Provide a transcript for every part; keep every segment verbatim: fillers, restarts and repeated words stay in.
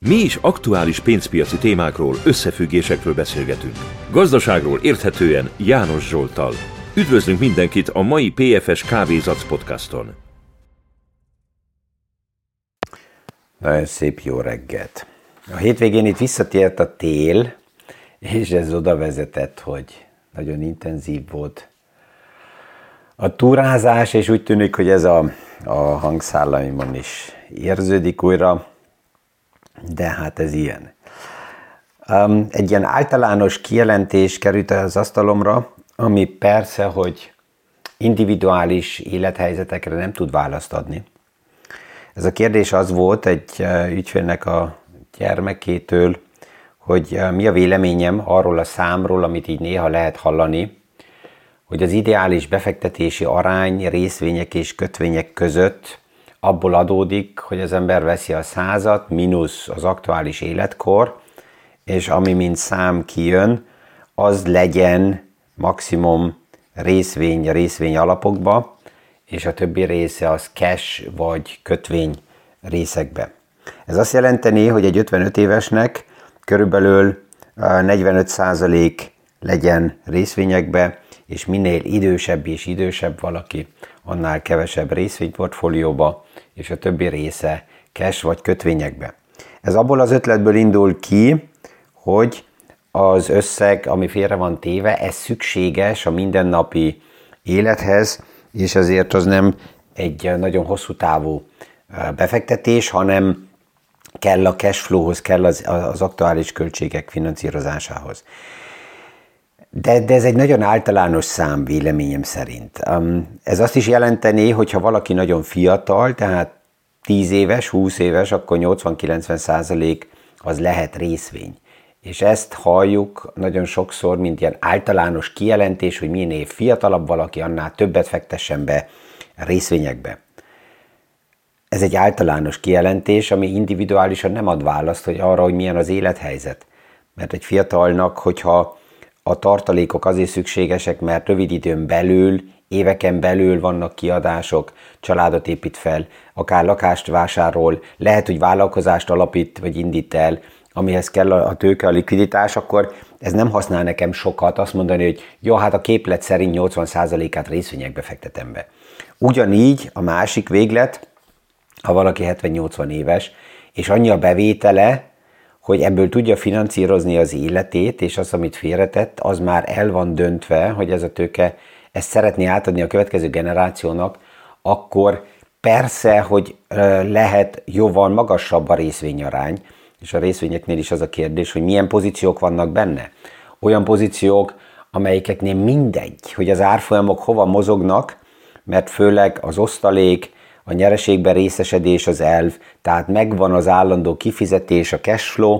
Mi is aktuális pénzpiaci témákról, összefüggésekről beszélgetünk. Gazdaságról érthetően János Zsolttal. Üdvözlünk mindenkit a mai pé ef es Kávézac podcaston. Nagyon szép jó reggelt. A hétvégén itt visszatért a tél, és ez oda vezetett, hogy nagyon intenzív volt a túrázás, és úgy tűnik, hogy ez a, a hangszálaimon is érződik újra, de hát ez ilyen. Um, egy ilyen általános kijelentés került az asztalomra, ami persze, hogy individuális élethelyzetekre nem tud választ adni. Ez a kérdés az volt egy ügyfélnek a gyermekétől, hogy mi a véleményem arról a számról, amit így néha lehet hallani, hogy az ideális befektetési arány részvények és kötvények között abból adódik, hogy az ember veszi a százat, mínusz az aktuális életkor, és ami mint szám kijön, az legyen maximum részvény, részvény alapokba, és a többi része az cash vagy kötvény részekbe. Ez azt jelenteni, hogy egy ötvenöt évesnek körülbelül negyvenöt százalék legyen részvényekbe, és minél idősebb és idősebb valaki, annál kevesebb részvényportfólióba, és a többi része cash vagy kötvényekbe. Ez abból az ötletből indul ki, hogy az összeg, ami félre van téve, ez szükséges a mindennapi élethez, és ezért az nem egy nagyon hosszú távú befektetés, hanem kell a cashflowhoz, kell az, az aktuális költségek finanszírozásához. De, de ez egy nagyon általános szám véleményem szerint. Ez azt is jelenteni, hogy ha valaki nagyon fiatal, tehát tíz éves, húsz éves, akkor nyolcvan-kilencven százalék az lehet részvény. És ezt halljuk nagyon sokszor, mint ilyen általános kijelentés, hogy minél fiatalabb valaki, annál többet fektessen be részvényekbe. Ez egy általános kijelentés, ami individuálisan nem ad választ hogy arra, hogy milyen az élethelyzet. Mert egy fiatalnak, hogyha a tartalékok azért szükségesek, mert rövid időn belül, éveken belül vannak kiadások, családot épít fel, akár lakást vásárol, lehet, hogy vállalkozást alapít vagy indít el, amihez kell a tőke, a likviditás, akkor ez nem használ nekem sokat azt mondani, hogy jó, hát a képlet szerint nyolcvan százalékát részvényekbe fektetem be. Ugyanígy a másik véglet, ha valaki hetven-nyolcvan éves, és annyi a bevétele, hogy ebből tudja finanszírozni az életét, és az, amit félretett, az már el van döntve, hogy ez a tőke ezt szeretné átadni a következő generációnak, akkor persze, hogy lehet jóval magasabb a részvényarány, és a részvényeknél is az a kérdés, hogy milyen pozíciók vannak benne. Olyan pozíciók, amelyeknél mindegy, hogy az árfolyamok hova mozognak, mert főleg az osztalék, a nyereségben részesedés az elv, tehát megvan az állandó kifizetés, a cashflow,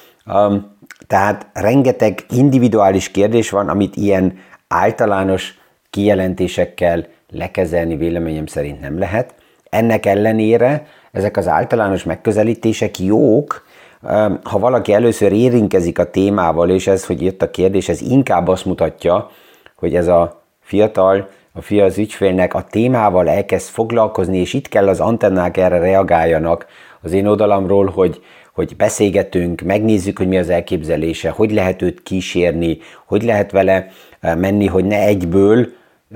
um, tehát rengeteg individuális kérdés van, amit ilyen általános kijelentésekkel lekezelni véleményem szerint nem lehet. Ennek ellenére ezek az általános megközelítések jók, um, ha valaki először érinkezik a témával, és ez, hogy jött a kérdés, ez inkább azt mutatja, hogy ez a fiatal, a fia az ügyfélnek a témával elkezd foglalkozni, és itt kell az antennák erre reagáljanak az én oldalamról, hogy, hogy beszélgetünk, megnézzük, hogy mi az elképzelése, hogy lehet őt kísérni, hogy lehet vele menni, hogy ne egyből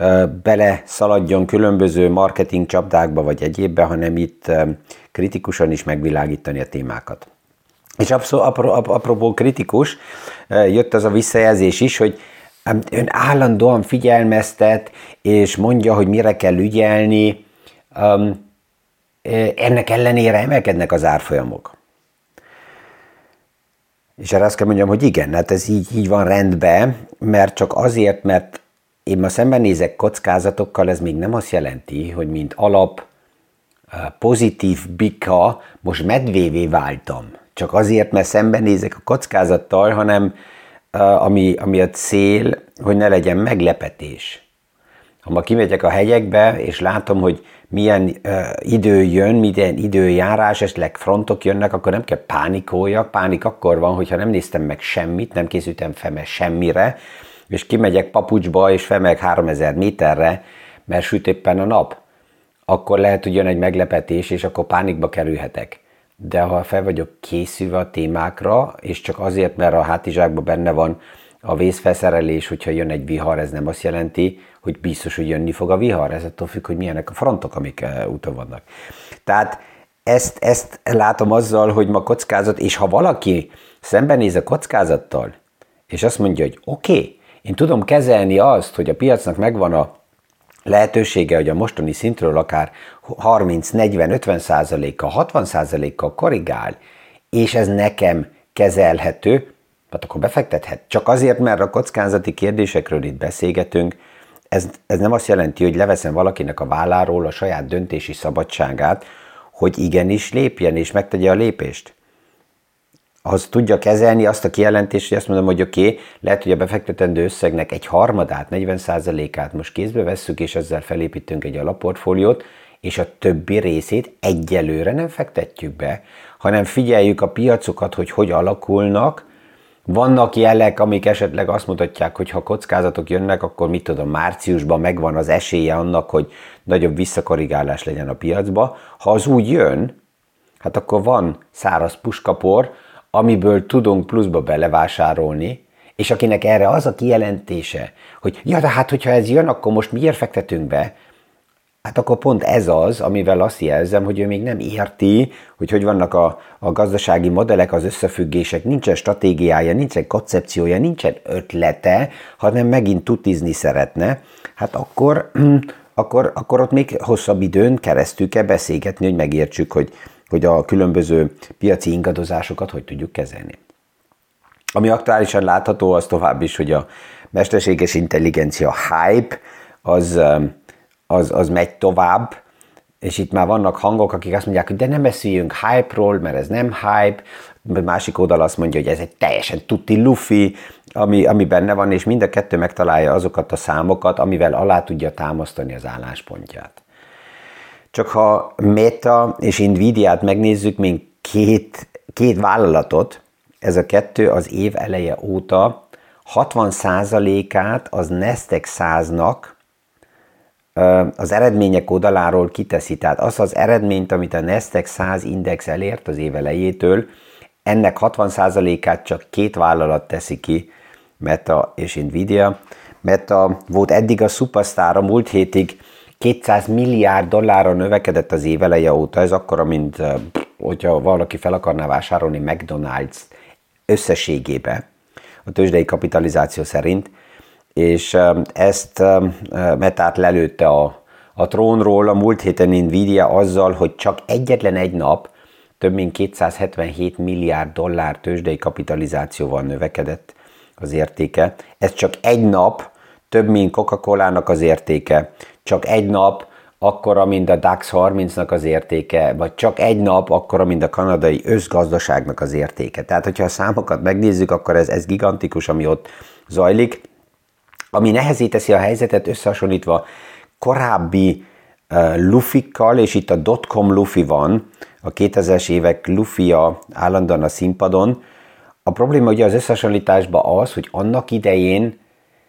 bele szaladjon különböző marketing csapdákba vagy egyébbe, hanem itt kritikusan is megvilágítani a témákat. És apropó kritikus, jött az a visszajelzés is, hogy ön állandóan figyelmeztet, és mondja, hogy mire kell ügyelni, um, ennek ellenére emelkednek az árfolyamok. És erre azt kell mondjam, hogy igen, hát ez így, így van rendben, mert csak azért, mert én ma szembenézek kockázatokkal, ez még nem azt jelenti, hogy mint alap pozitív bika most medvévé váltam. Csak azért, mert szembenézek a kockázattal, hanem Ami, ami a cél, hogy ne legyen meglepetés. Ha ma kimegyek a hegyekbe, és látom, hogy milyen uh, idő jön, milyen időjárás, esetleg frontok jönnek, akkor nem kell pánikoljak. Pánik akkor van, hogyha nem néztem meg semmit, nem készültem fel semmire, és kimegyek papucsba, és felmegyek háromezer méterre, mert süt éppen a nap. Akkor lehet, hogy jön egy meglepetés, és akkor pánikba kerülhetek. de ha fel vagyok készülve a témákra, és csak azért, mert a hátizsákban benne van a vészfelszerelés, hogyha jön egy vihar, ez nem azt jelenti, hogy biztos, hogy jönni fog a vihar. Ez attól függ, hogy milyenek a frontok, amik úton vannak. Tehát ezt, ezt látom azzal, hogy ma kockázat, és ha valaki szembenéz a kockázattal, és azt mondja, hogy oké, okay, én tudom kezelni azt, hogy a piacnak megvan a lehetősége, hogy a mostani szintről akár harminc, negyven, ötven százalékkal, hatvan százalékkal korrigál, és ez nekem kezelhető, hát akkor befektethet. Csak azért, mert a kockázati kérdésekről itt beszélgetünk, ez, ez nem azt jelenti, hogy leveszem valakinek a válláról a saját döntési szabadságát, hogy igenis lépjen és megtegye a lépést. Az tudja kezelni azt a kijelentést, hogy azt mondom, hogy oké, okay, lehet, hogy a befektetendő összegnek egy harmadát, negyven százalékát most kézbe vesszük, és ezzel felépítünk egy alapportfóliót, és a többi részét egyelőre nem fektetjük be, hanem figyeljük a piacokat, hogy hogy alakulnak. Vannak jelek, amik esetleg azt mutatják, hogy ha kockázatok jönnek, akkor mit tudom, márciusban megvan az esélye annak, hogy nagyobb visszakorrigálás legyen a piacba. Ha az úgy jön, hát akkor van száraz puskapor, amiből tudunk pluszba belevásárolni, és akinek erre az a kijelentése, hogy ja, de hát, hogyha ez jön, akkor most miért fektetünk be? Hát akkor pont ez az, amivel azt jelzem, hogy ő még nem érti, hogy hogy vannak a, a gazdasági modellek, az összefüggések, nincsen stratégiája, nincsen koncepciója, nincsen ötlete, hanem megint tutizni szeretne, hát akkor, akkor, akkor ott még hosszabb időn keresztül kell beszélgetni, hogy megértsük, hogy, hogy a különböző piaci ingadozásokat hogy tudjuk kezelni. Ami aktuálisan látható, az tovább is, hogy a mesterséges intelligencia hype, az... Az, az megy tovább, és itt már vannak hangok, akik azt mondják, hogy de nem beszéljünk hype-ról, mert ez nem hype, a másik oldal azt mondja, hogy ez egy teljesen tuti lufi, ami, ami benne van, és mind a kettő megtalálja azokat a számokat, amivel alá tudja támasztani az álláspontját. Csak ha Meta és Nvidia-t megnézzük, mint két, két vállalatot, ez a kettő az év eleje óta hatvan százalékát az Nasdaq száznak az eredmények oldaláról kiteszi. Tehát az az eredményt, amit a Nasdaq száz index elért az év elejétől, ennek hatvan százalékát csak két vállalat teszi ki, Meta és Nvidia. Meta volt eddig a szupersztár, a múlt hétig kétszáz milliárd dollárra növekedett az év eleje óta, ez akkora, mint hogyha valaki fel akarná vásárolni McDonald's összességébe, a tőzsdei kapitalizáció szerint, és ezt Metát lelőtte a, a trónról a múlt héten Nvidia azzal, hogy csak egyetlen egy nap több mint kétszázhetvenhét milliárd dollár tőzsdei kapitalizációval növekedett az értéke. Ez csak egy nap több, mint Coca-Colának az értéke, csak egy nap akkora, mint a DAX harmincnak az értéke, vagy csak egy nap akkora, mint a kanadai összgazdaságnak az értéke. Tehát, hogyha a számokat megnézzük, akkor ez, ez gigantikus, ami ott zajlik. Ami nehezé teszi a helyzetet összehasonlítva korábbi uh, lufikkal, és itt a dotcom lufi van, a kétezres évek lufia állandóan a színpadon. A probléma ugye az összehasonlításban az, hogy annak idején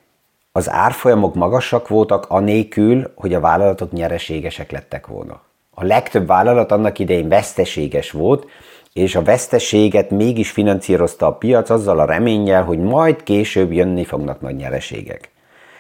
az árfolyamok magasak voltak anélkül, hogy a vállalatok nyereségesek lettek volna. A legtöbb vállalat annak idején veszteséges volt, és a veszteséget mégis finanszírozta a piac azzal a reménnyel, hogy majd később jönni fognak nagy nyereségek.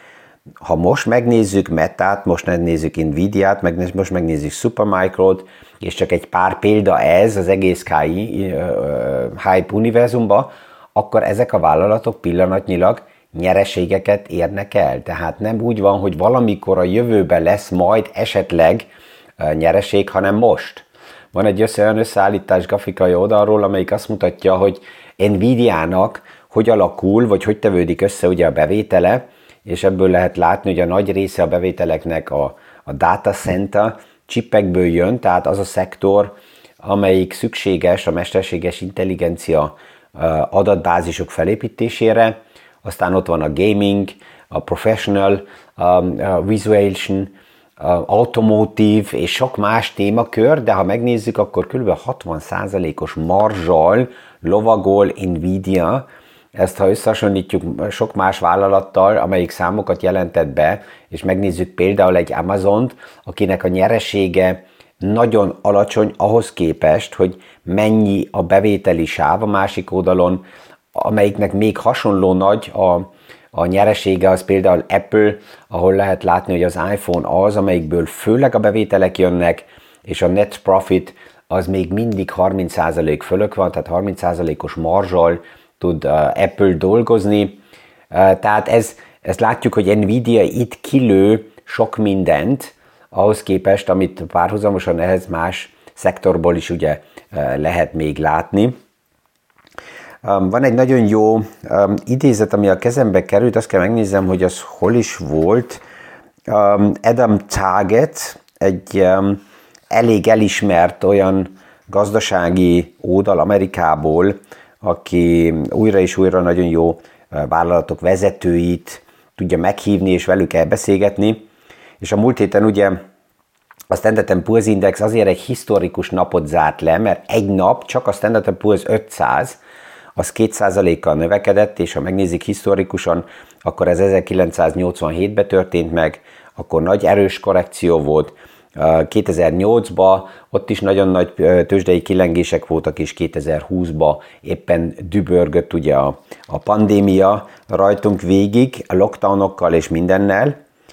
Ha most megnézzük Metát, most megnézzük Nvidiát, meg most megnézzük Supermicrot, és csak egy pár példa ez az egész ká i uh, hype univerzumba, akkor ezek a vállalatok pillanatnyilag nyereségeket érnek el. Tehát nem úgy van, hogy valamikor a jövőben lesz majd esetleg uh, nyereség, hanem most. Van egy olyan összeállítás grafikai oldalról, amelyik azt mutatja, hogy Nvidia-nak hogy alakul, vagy hogy tevődik össze ugye a bevétele, és ebből lehet látni, hogy a nagy része a bevételeknek a, a data center csipekből jön, tehát az a szektor, amelyik szükséges a mesterséges intelligencia adatbázisok felépítésére. Aztán ott van a gaming, a professional, a visualization, automotive és sok más témakör, de ha megnézzük, akkor kb. hatvan százalékos marzsal lovagol Nvidia. Ezt ha összehasonlítjuk sok más vállalattal, amelyik számokat jelentett be, és megnézzük például egy Amazont, akinek a nyeresége nagyon alacsony ahhoz képest, hogy mennyi a bevételi sáv a másik oldalon, amelyiknek még hasonló nagy a, a nyeresége, az például Apple, ahol lehet látni, hogy az iPhone az, amelyikből főleg a bevételek jönnek, és a net profit az még mindig harminc százalék fölött van, tehát harminc százalékos marzsal tud uh, Apple dolgozni. Uh, tehát ez, ezt látjuk, hogy Nvidia itt kilő sok mindent, ahhoz képest, amit párhuzamosan ehhez más szektorból is ugye uh, lehet még látni. Um, van egy nagyon jó um, idézet, ami a kezembe került, azt kell megnézem, hogy az hol is volt. Um, Adam Target, egy um, elég elismert olyan gazdasági oldal Amerikából, aki újra és újra nagyon jó vállalatok vezetőit tudja meghívni és velük elbeszélgetni. És a múlt héten ugye a Standard and Poor's Index azért egy historikus napot zárt le, mert egy nap csak a Standard and Poor's ötszáz, az két százalékkal növekedett, és ha megnézik historikusan, akkor ez ezerkilencszáznyolcvanhétben történt meg, akkor nagy erős korrekció volt, kétezer-nyolcban ott is nagyon nagy tőzsdei kilengések voltak, és kétezer-húszban éppen dübörgött ugye a, a pandémia rajtunk végig, a lockdownokkal és mindennel.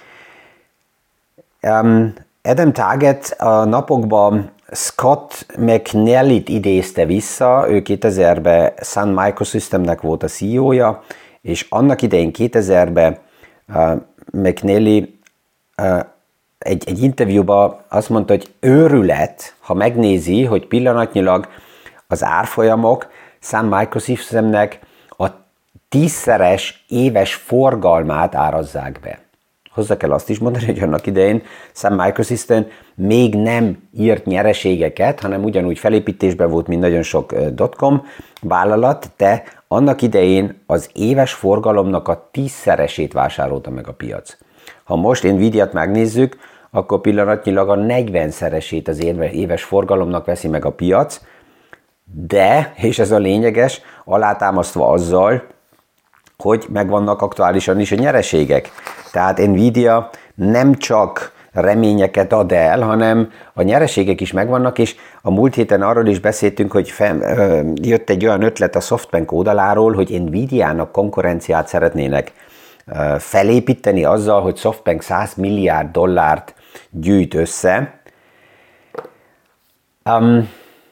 Um, Adam Target a napokban Scott McNally-t idézte vissza, ő kétezerben Sun Microsystemnek volt a cé e ó-ja, és annak idején kétezerben uh, McNally uh, Egy, egy interjúban azt mondta, hogy őrület, ha megnézi, hogy pillanatnyilag az árfolyamok Sun Microsystemnek a tízszeres éves forgalmát árazzák be. Hozzá kell azt is mondani, hogy annak idején Sun Microsystem még nem írt nyereségeket, hanem ugyanúgy felépítésben volt, mint nagyon sok dotcom vállalat, de annak idején az éves forgalomnak a tízszeresét vásárolta meg a piac. Ha most Nvidia-t megnézzük, akkor pillanatnyilag a negyvenszeresét az éves forgalomnak veszi meg a piac, de, és ez a lényeges, alátámasztva azzal, hogy megvannak aktuálisan is a nyereségek. Tehát Nvidia nem csak reményeket ad el, hanem a nyereségek is megvannak, és a múlt héten arról is beszéltünk, hogy fel, ö, jött egy olyan ötlet a SoftBank oldaláról, hogy Nvidia-nak konkurenciát szeretnének ö, felépíteni azzal, hogy SoftBank száz milliárd dollárt gyűjt össze. Um,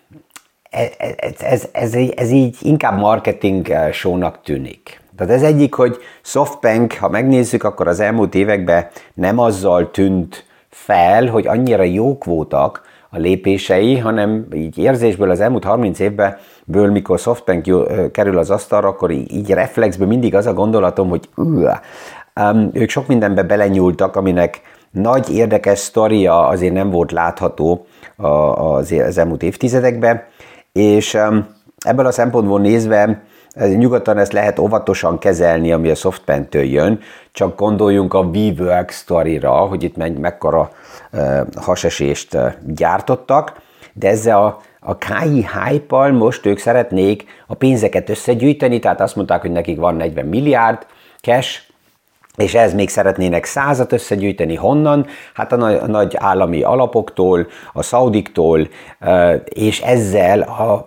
ez, ez, ez, ez így inkább marketing show-nak tűnik. Tehát ez egyik, hogy SoftBank, ha megnézzük, akkor az elmúlt években nem azzal tűnt fel, hogy annyira jók voltak a lépései, hanem így érzésből az elmúlt harminc évben, ből, mikor SoftBank jó, kerül az asztalra, akkor így, így reflexből mindig az a gondolatom, hogy uh, um, ők sok mindenbe belenyúltak, aminek nagy érdekes sztoria azért nem volt látható az, az elmúlt évtizedekben, és um, ebből a szempontból nézve nyugodtan ezt lehet óvatosan kezelni, ami a SoftBank-től jön, csak gondoljunk a WeWork sztorira, hogy itt meg, mekkora uh, hasesést uh, gyártottak, de ezzel a, a ká i hype-al most ők szeretnék a pénzeket összegyűjteni, tehát azt mondták, hogy nekik van negyven milliárd cash, és ez még szeretnének százat összegyűjteni. Honnan? Hát a nagy, a nagy állami alapoktól, a szaudiktól, uh, és ezzel a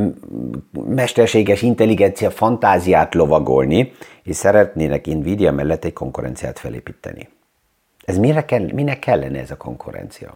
mesterséges intelligencia fantáziát lovagolni, és szeretnének Nvidia mellett egy konkurenciát felépíteni. Ez mire kell, minek kellene ez a konkurencia?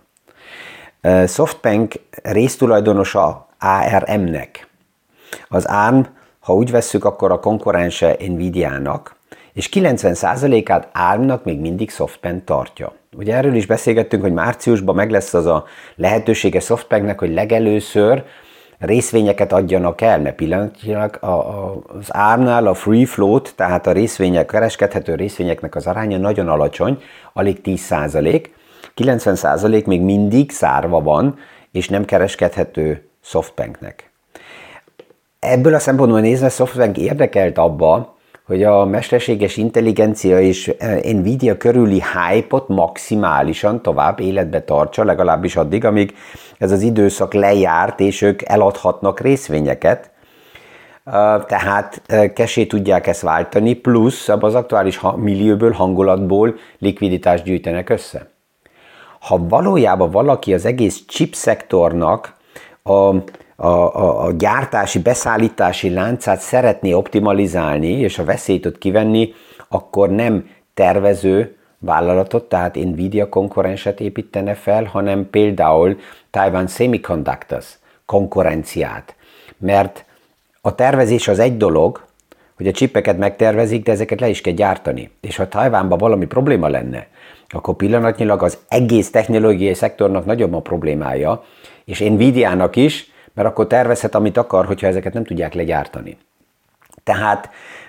SoftBank résztulajdonosa á er em-nek. Az á er em, ha úgy vesszük, akkor a konkurense Nvidia-nak, és kilencven százalékát á er em-nak még mindig SoftBank tartja. Ugye erről is beszélgettünk, hogy márciusban meg lesz az a lehetősége SoftBanknek, hogy legelőször részvényeket adjanak el, mert pillanatnyilag a, a, az á er em-nál a free float, tehát a részvények, kereskedhető részvényeknek az aránya nagyon alacsony, alig tíz százalék, kilencven százalék még mindig zárva van, és nem kereskedhető SoftBanknek. Ebből a szempontból nézve SoftBank érdekelt abba, hogy a mesterséges intelligencia és Nvidia körüli hype-ot maximálisan tovább életbe tartsa, legalábbis addig, amíg ez az időszak lejárt, és ők eladhatnak részvényeket, tehát kesé tudják ezt váltani, plusz az aktuális millióból, hangulatból likviditást gyűjtenek össze. ha valójában valaki az egész chip szektornak a, a, a, a gyártási, beszállítási láncát szeretné optimalizálni, és a veszélyt ott kivenni, akkor nem tervező vállalatot, tehát Nvidia konkurenset építene fel, hanem például Taiwan Semiconductors konkurenciát. Mert a tervezés az egy dolog, hogy a csipeket megtervezik, de ezeket le is kell gyártani. És ha Tajvánban valami probléma lenne, akkor pillanatnyilag az egész technológiai szektornak nagyobb a problémája, és Nvidiának is, mert akkor tervezhet, amit akar, hogyha ezeket nem tudják legyártani. Tehát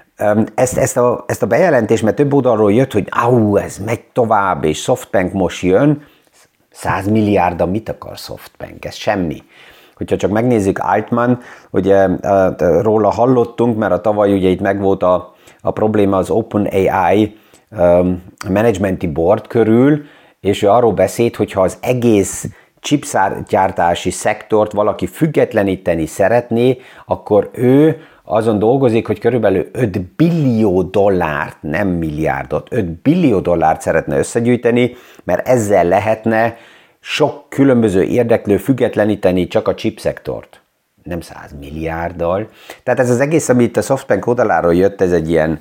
ezt, ezt, a, ezt a bejelentést, mert több oldalról jött, hogy áú, ez megy tovább, és SoftBank most jön, száz milliárd, mit akar SoftBank? Ez semmi. Hogyha csak megnézzük Altman, ugye róla hallottunk, mert a tavaly ugye itt megvolt a, a probléma az OpenAI um, Managementi Board körül, és ő arról beszélt, hogyha az egész chipgyártási szektort valaki függetleníteni szeretné, akkor ő azon dolgozik, hogy körülbelül öt billió dollárt, nem milliárdot, öt billió dollárt szeretne összegyűjteni, mert ezzel lehetne sok különböző érdeklő függetleníteni csak a chip szektort. Nem száz milliárddal. Tehát ez az egész, amit a SoftBank oldaláról jött, ez egy ilyen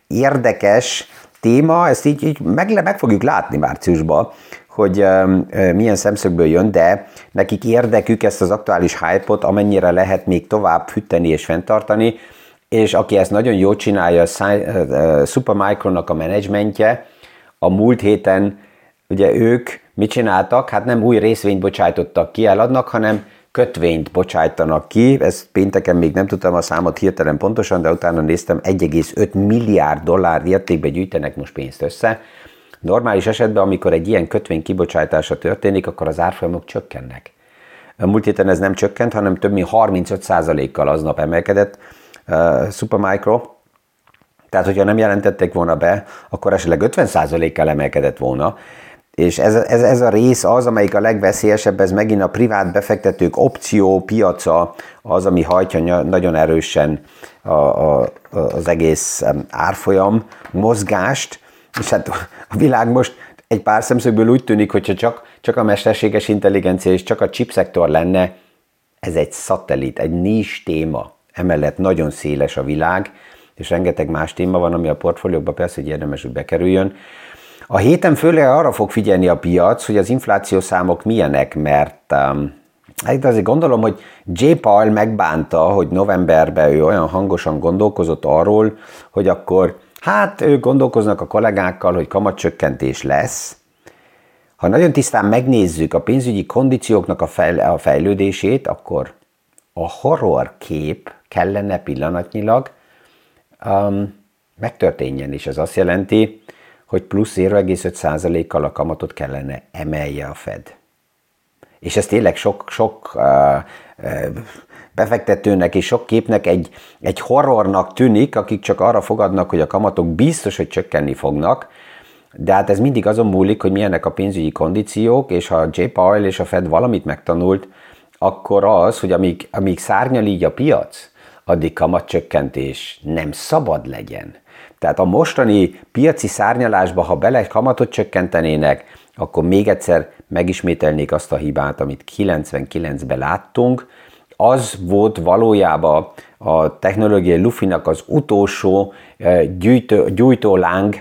érdekes téma, ezt így, így meg, meg fogjuk látni márciusban, hogy um, milyen szemszögből jön, de nekik érdekük ezt az aktuális hype-ot, amennyire lehet még tovább fűteni és fenntartani, és aki ezt nagyon jól csinálja, a Supermicronnak a menedzsmentje, a múlt héten ugye ők mit csináltak? Hát nem új részvényt bocsájtottak ki, eladnak, hanem kötvényt bocsájtanak ki. Ezt pénteken még nem tudtam a számot hirtelen pontosan, de utána néztem, egy egész öt milliárd dollár értékbe gyűjtenek most pénzt össze. Normális esetben, amikor egy ilyen kötvény kibocsátása történik, akkor az árfolyamok csökkennek. A múlt héten ez nem csökkent, hanem több mint harmincöt százalékkal aznap emelkedett uh, Supermicro. Tehát, hogyha nem jelentették volna be, akkor esetleg ötven százalékkal emelkedett volna. És ez, ez, ez a rész az, amelyik a legveszélyesebb, ez megint a privát befektetők opció piaca, az, ami hajtja nagyon erősen a, a, az egész árfolyam mozgást, és hát a világ most egy pár szemszögből úgy tűnik, hogyha csak, csak a mesterséges intelligencia és csak a chip szektor lenne, ez egy szatellit, egy nis téma, emellett nagyon széles a világ, és rengeteg más téma van, ami a portfóliókban persze, hogy érdemes, hogy bekerüljön. A héten főleg arra fog figyelni a piac, hogy az inflációs számok milyenek, mert um, azért gondolom, hogy Jay Powell megbánta, hogy novemberben ő olyan hangosan gondolkozott arról, hogy akkor hát ők gondolkoznak a kollégákkal, hogy kamatcsökkentés lesz. Ha nagyon tisztán megnézzük a pénzügyi kondícióknak a, fejl- a fejlődését, akkor a horror kép kellene pillanatnyilag um, megtörténjen, és ez azt jelenti, hogy plusz zéro egész öt százalékkal a kamatot kellene emelje a Fed. És ez tényleg sok, sok uh, uh, befektetőnek és sok képnek egy, egy horrornak tűnik, akik csak arra fogadnak, hogy a kamatok biztos, hogy csökkenni fognak, de hát ez mindig azon múlik, hogy milyenek a pénzügyi kondíciók, és ha Jay Powell és a Fed valamit megtanult, akkor az, hogy amíg, amíg szárnyal így a piac, addig kamatcsökkentés nem szabad legyen. Tehát a mostani piaci szárnyalásba, ha bele kamatot csökkentenének, akkor még egyszer megismételnék azt a hibát, amit kilencvenkilencben láttunk. Az volt valójában a technológiai lufinak az utolsó gyújtó, gyújtóláng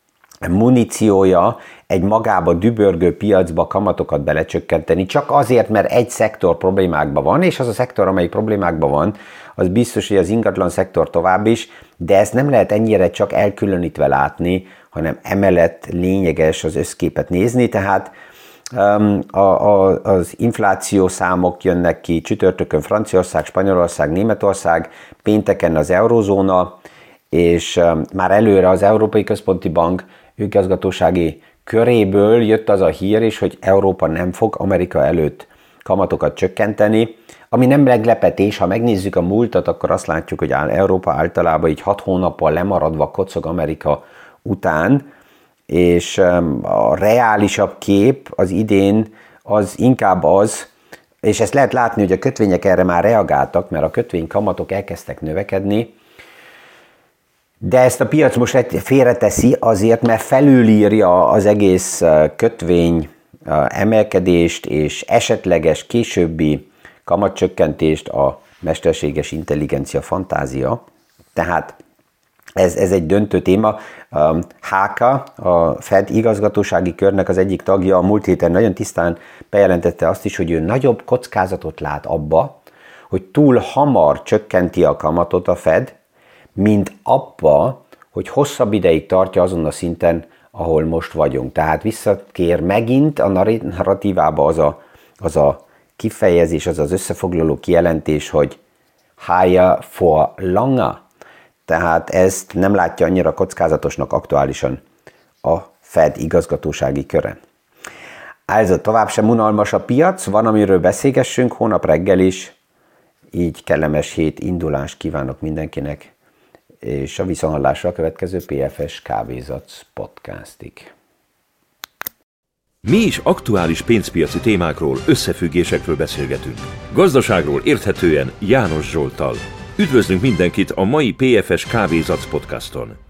muníciója egy magába dübörgő piacba kamatokat belecsökkenteni, csak azért, mert egy szektor problémákban van, és az a szektor, amelyik problémákban van, az biztos, hogy az ingatlan szektor tovább is, de ezt nem lehet ennyire csak elkülönítve látni, hanem emellett lényeges az összképet nézni, tehát um, a, a, az infláció számok jönnek ki csütörtökön Franciaország, Spanyolország, Németország, pénteken az eurózóna, és um, már előre az Európai Központi Bank igazgatósági köréből jött az a hír is, hogy Európa nem fog Amerika előtt kamatokat csökkenteni, ami nem meglepetés, ha megnézzük a múltat, akkor azt látjuk, hogy Európa általában így hat hónappal lemaradva kocog Amerika után, és a reálisabb kép az idén az inkább az, és ezt lehet látni, hogy a kötvények erre már reagáltak, mert a kötvénykamatok elkezdtek növekedni, de ezt a piac most félreteszi azért, mert felülírja az egész kötvény emelkedést és esetleges későbbi kamatcsökkentést a mesterséges intelligencia fantázia. Tehát ez, ez egy döntő téma. há ká, a Fed igazgatósági körnek az egyik tagja a múlt héten nagyon tisztán bejelentette azt is, hogy ő nagyobb kockázatot lát abba, hogy túl hamar csökkenti a kamatot a Fed, mint abba, hogy hosszabb ideig tartja azon a szinten, ahol most vagyunk. Tehát visszakér megint a narratívába az a, az a kifejezés, az az összefoglaló kijelentés, hogy higher for longer. Tehát ezt nem látja annyira kockázatosnak aktuálisan a Fed igazgatósági köre. Also tovább sem unalmas a piac, van amiről beszélgessünk hónap reggel is, így kellemes hét indulást kívánok mindenkinek, és a viszonthallásra a következő pé ef es Kávézac podcastig. Mi is aktuális pénzpiaci témákról, összefüggésekről beszélgetünk. Gazdaságról érthetően János Zsolttal. Üdvözlünk mindenkit a mai pé ef es Kávézac podcaston!